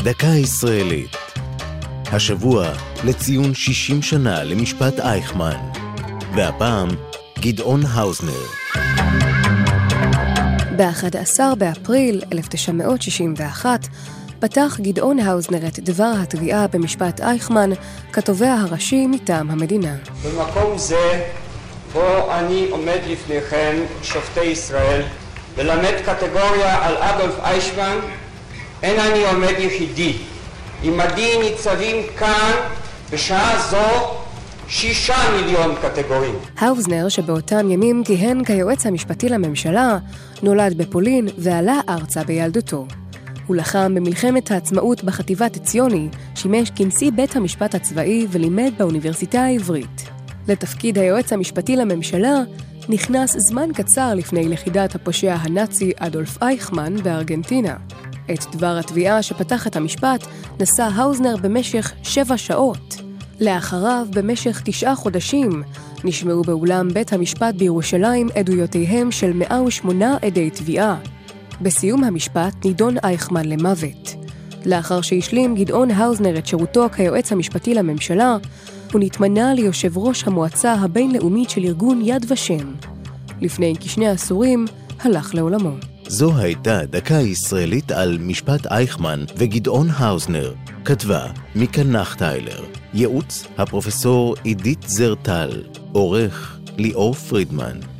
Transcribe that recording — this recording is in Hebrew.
דקה ישראלית. השבוע לציון 60 שנה למשפט אייכמן. והפעם גדעון האוזנר. ב-11 באפריל 1961 פתח גדעון האוזנר את דבר התביעה במשפט אייכמן כתובע הראשי מטעם המדינה. במקום זה בו אני עומד לפניכם שופטי ישראל ללמד קטגוריה על אדולף אייכמן, אין אני עומד יחידי. עמדי ניצבים כאן בשעה זו 6 מיליון קטגורים. האוזנר, שבאותם ימים כיהן כיועץ המשפטי לממשלה, נולד בפולין ועלה ארצה בילדותו. הוא לחם במלחמת העצמאות בחטיבת עציוני, שימש כנשיא בית המשפט הצבאי ולימד באוניברסיטה העברית. לתפקיד היועץ המשפטי לממשלה נכנס זמן קצר לפני לכידת הפושע הנאצי אדולף אייכמן בארגנטינה. את דבר התביעה שפתח את המשפט נשא האוזנר במשך 7 שעות. לאחריו, במשך 9 חודשים, נשמעו באולם בית המשפט בירושלים עדויותיהם של 108 עדי תביעה. בסיום המשפט נידון אייכמן למוות. לאחר שהשלים גדעון האוזנר את שירותו כיועץ המשפטי לממשלה, הוא נתמנה ליושב ראש המועצה הבינלאומית של ארגון יד ושם. לפני כ2 עשורים הלך לעולמו. זו הייתה דקה ישראלית על משפט אייכמן וגדעון האוזנר. כתבה מיקה נחטיילר. ייעוץ הפרופסור עידית זרטל. עורך ליאור פרידמן.